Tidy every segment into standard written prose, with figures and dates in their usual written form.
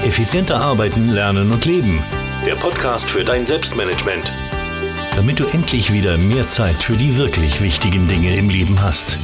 Effizienter arbeiten, lernen und leben. Der Podcast für dein Selbstmanagement. Damit du endlich wieder mehr Zeit für die wirklich wichtigen Dinge im Leben hast.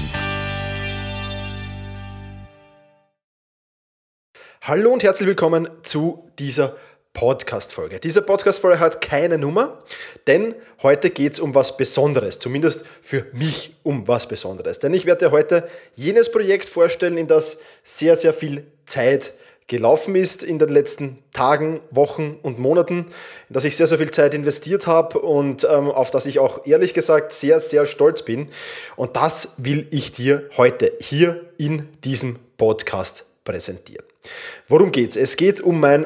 Hallo und herzlich willkommen zu dieser Podcast-Folge. Diese Podcast-Folge hat keine Nummer, denn heute geht es um was Besonderes, zumindest für mich um was Besonderes. Denn ich werde dir heute jenes Projekt vorstellen, in das sehr, sehr viel Zeit gelaufen ist in den letzten Tagen, Wochen und Monaten, in das ich sehr, sehr viel Zeit investiert habe und auf das ich auch ehrlich gesagt sehr, sehr stolz bin. Und das will ich dir heute hier in diesem Podcast präsentieren. Worum geht's? Es geht um mein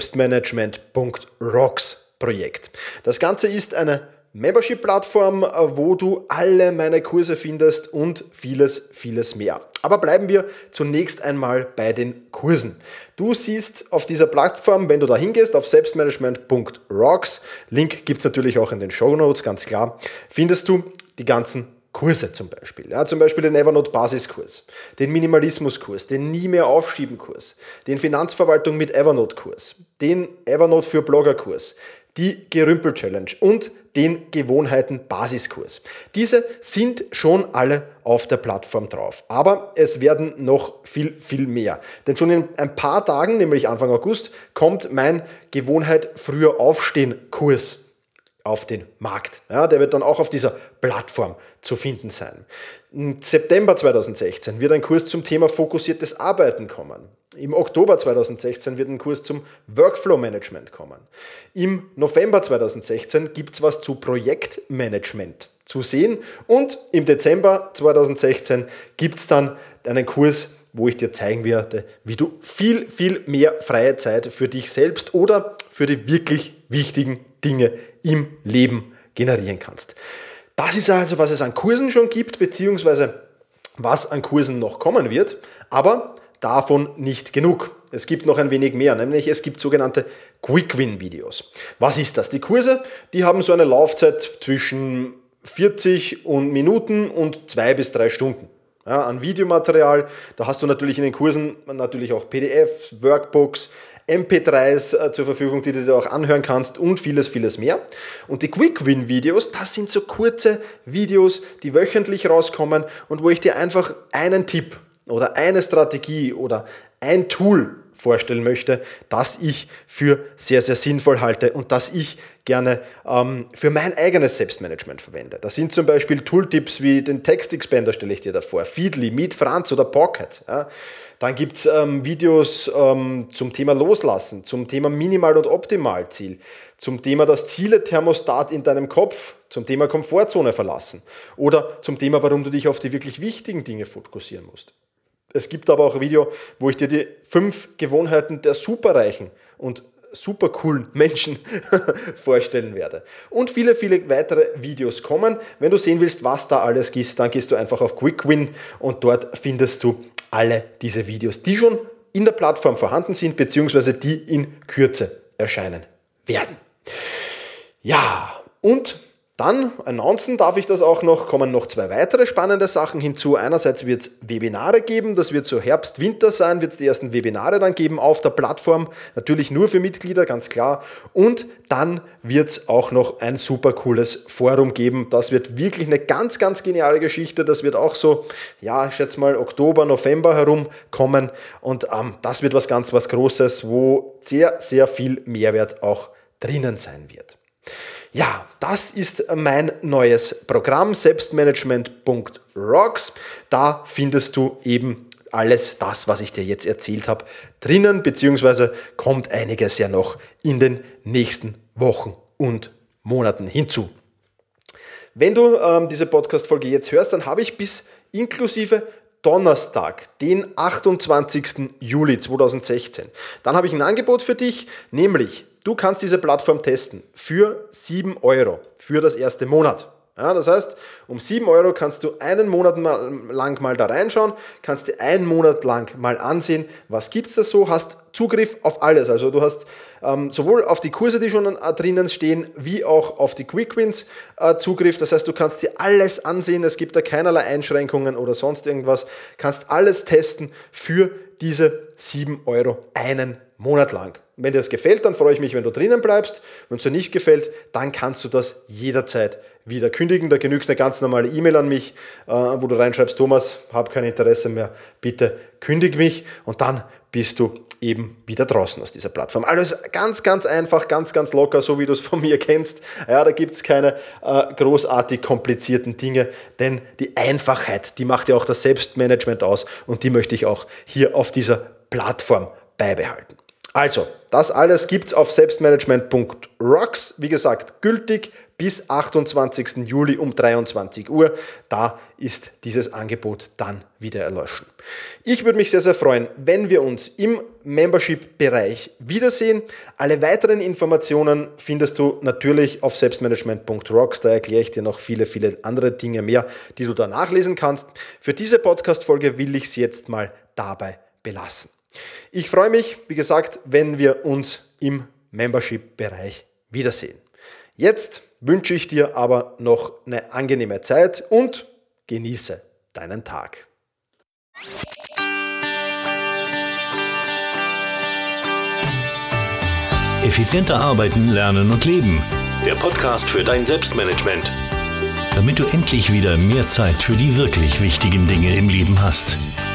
Selbstmanagement.rocks Projekt. Das Ganze ist eine Membership-Plattform, wo du alle meine Kurse findest und vieles, vieles mehr. Aber bleiben wir zunächst einmal bei den Kursen. Du siehst auf dieser Plattform, wenn du da hingehst, auf selbstmanagement.rocks, Link gibt es natürlich auch in den Shownotes, ganz klar, findest du die ganzen Kurse zum Beispiel. Ja, zum Beispiel den Evernote-Basiskurs, den Minimalismus-Kurs, den Nie mehr aufschieben-Kurs, den Finanzverwaltung mit Evernote-Kurs, den Evernote für Blogger-Kurs, die Gerümpel-Challenge und den Gewohnheiten-Basiskurs. Diese sind schon alle auf der Plattform drauf. Aber es werden noch viel, viel mehr. Denn schon in ein paar Tagen, nämlich Anfang August, kommt mein Gewohnheit früher aufstehen Kurs auf den Markt. Ja, der wird dann auch auf dieser Plattform zu finden sein. Im September 2016 wird ein Kurs zum Thema fokussiertes Arbeiten kommen. Im Oktober 2016 wird ein Kurs zum Workflow-Management kommen. Im November 2016 gibt es was zu Projektmanagement zu sehen. Und im Dezember 2016 gibt es dann einen Kurs, wo ich dir zeigen werde, wie du viel, viel mehr freie Zeit für dich selbst oder für die wirklich wichtigen Dinge im Leben generieren kannst. Das ist also, was es an Kursen schon gibt, beziehungsweise was an Kursen noch kommen wird, aber davon nicht genug. Es gibt noch ein wenig mehr, nämlich es gibt sogenannte Quick-Win-Videos. Was ist das? Die Kurse, die haben so eine Laufzeit zwischen 40 Minuten und 2 bis 3 Stunden. Ja, an Videomaterial, da hast du natürlich in den Kursen natürlich auch PDFs, Workbooks, MP3s zur Verfügung, die du dir auch anhören kannst und vieles, vieles mehr. Und die Quick-Win-Videos, das sind so kurze Videos, die wöchentlich rauskommen und wo ich dir einfach einen Tipp oder eine Strategie oder ein Tool vorstellen möchte, das ich für sehr, sehr sinnvoll halte und das ich gerne für mein eigenes Selbstmanagement verwende. Das sind zum Beispiel Tooltips wie den Text-Expander stelle ich dir davor, Feedly, Meet Franz oder Pocket. Ja. Dann gibt es Videos zum Thema Loslassen, zum Thema Minimal- und Optimalziel, zum Thema das Ziele-Thermostat in deinem Kopf, zum Thema Komfortzone verlassen oder zum Thema, warum du dich auf die wirklich wichtigen Dinge fokussieren musst. Es gibt aber auch ein Video, wo ich dir die 5 Gewohnheiten der superreichen und super coolen Menschen vorstellen werde. Und viele, viele weitere Videos kommen. Wenn du sehen willst, was da alles ist, dann gehst du einfach auf QuickWin und dort findest du alle diese Videos, die schon in der Plattform vorhanden sind, beziehungsweise die in Kürze erscheinen werden. Ja, und dann announcen darf ich das auch noch, kommen noch 2 weitere spannende Sachen hinzu. Einerseits wird es Webinare geben, das wird so Herbst, Winter sein, wird es die ersten Webinare dann geben auf der Plattform, natürlich nur für Mitglieder, ganz klar. Und dann wird es auch noch ein super cooles Forum geben. Das wird wirklich eine ganz, ganz geniale Geschichte. Das wird auch so, ja, ich schätze mal Oktober, November herum kommen. Und das wird was ganz, was Großes, wo sehr, sehr viel Mehrwert auch drinnen sein wird. Ja, das ist mein neues Programm, Selbstmanagement.rocks. Da findest du eben alles das, was ich dir jetzt erzählt habe, drinnen, beziehungsweise kommt einiges ja noch in den nächsten Wochen und Monaten hinzu. Wenn du diese Podcast-Folge jetzt hörst, dann habe ich bis inklusive Donnerstag, den 28. Juli 2016. Dann habe ich ein Angebot für dich, nämlich du kannst diese Plattform testen für 7 € für das erste Monat. Ja, das heißt, um 7 € kannst du einen Monat lang mal da reinschauen, kannst dir einen Monat lang mal ansehen, was gibt es da so, hast Zugriff auf alles. Also du hast sowohl auf die Kurse, die schon drinnen stehen, wie auch auf die Quick-Wins Zugriff. Das heißt, du kannst dir alles ansehen, es gibt da keinerlei Einschränkungen oder sonst irgendwas, kannst alles testen für diese 7 € einen Monat lang. Wenn dir das gefällt, dann freue ich mich, wenn du drinnen bleibst. Wenn es dir nicht gefällt, dann kannst du das jederzeit wieder kündigen. Da genügt eine ganz normale E-Mail an mich, wo du reinschreibst, Thomas, habe kein Interesse mehr, bitte kündige mich, und dann bist du eben wieder draußen aus dieser Plattform. Alles ganz, ganz einfach, ganz, ganz locker, so wie du es von mir kennst. Ja, da gibt es keine großartig komplizierten Dinge, denn die Einfachheit, die macht ja auch das Selbstmanagement aus, und die möchte ich auch hier auf dieser Plattform beibehalten. Also, das alles gibt es auf selbstmanagement.rocks. Wie gesagt, gültig bis 28. Juli um 23 Uhr. Da ist dieses Angebot dann wieder erloschen. Ich würde mich sehr, sehr freuen, wenn wir uns im Membership-Bereich wiedersehen. Alle weiteren Informationen findest du natürlich auf selbstmanagement.rocks. Da erkläre ich dir noch viele, viele andere Dinge mehr, die du da nachlesen kannst. Für diese Podcast-Folge will ich es jetzt mal dabei belassen. Ich freue mich, wie gesagt, wenn wir uns im Membership-Bereich wiedersehen. Jetzt wünsche ich dir aber noch eine angenehme Zeit und genieße deinen Tag. Effizienter arbeiten, lernen und leben. Der Podcast für dein Selbstmanagement. Damit du endlich wieder mehr Zeit für die wirklich wichtigen Dinge im Leben hast.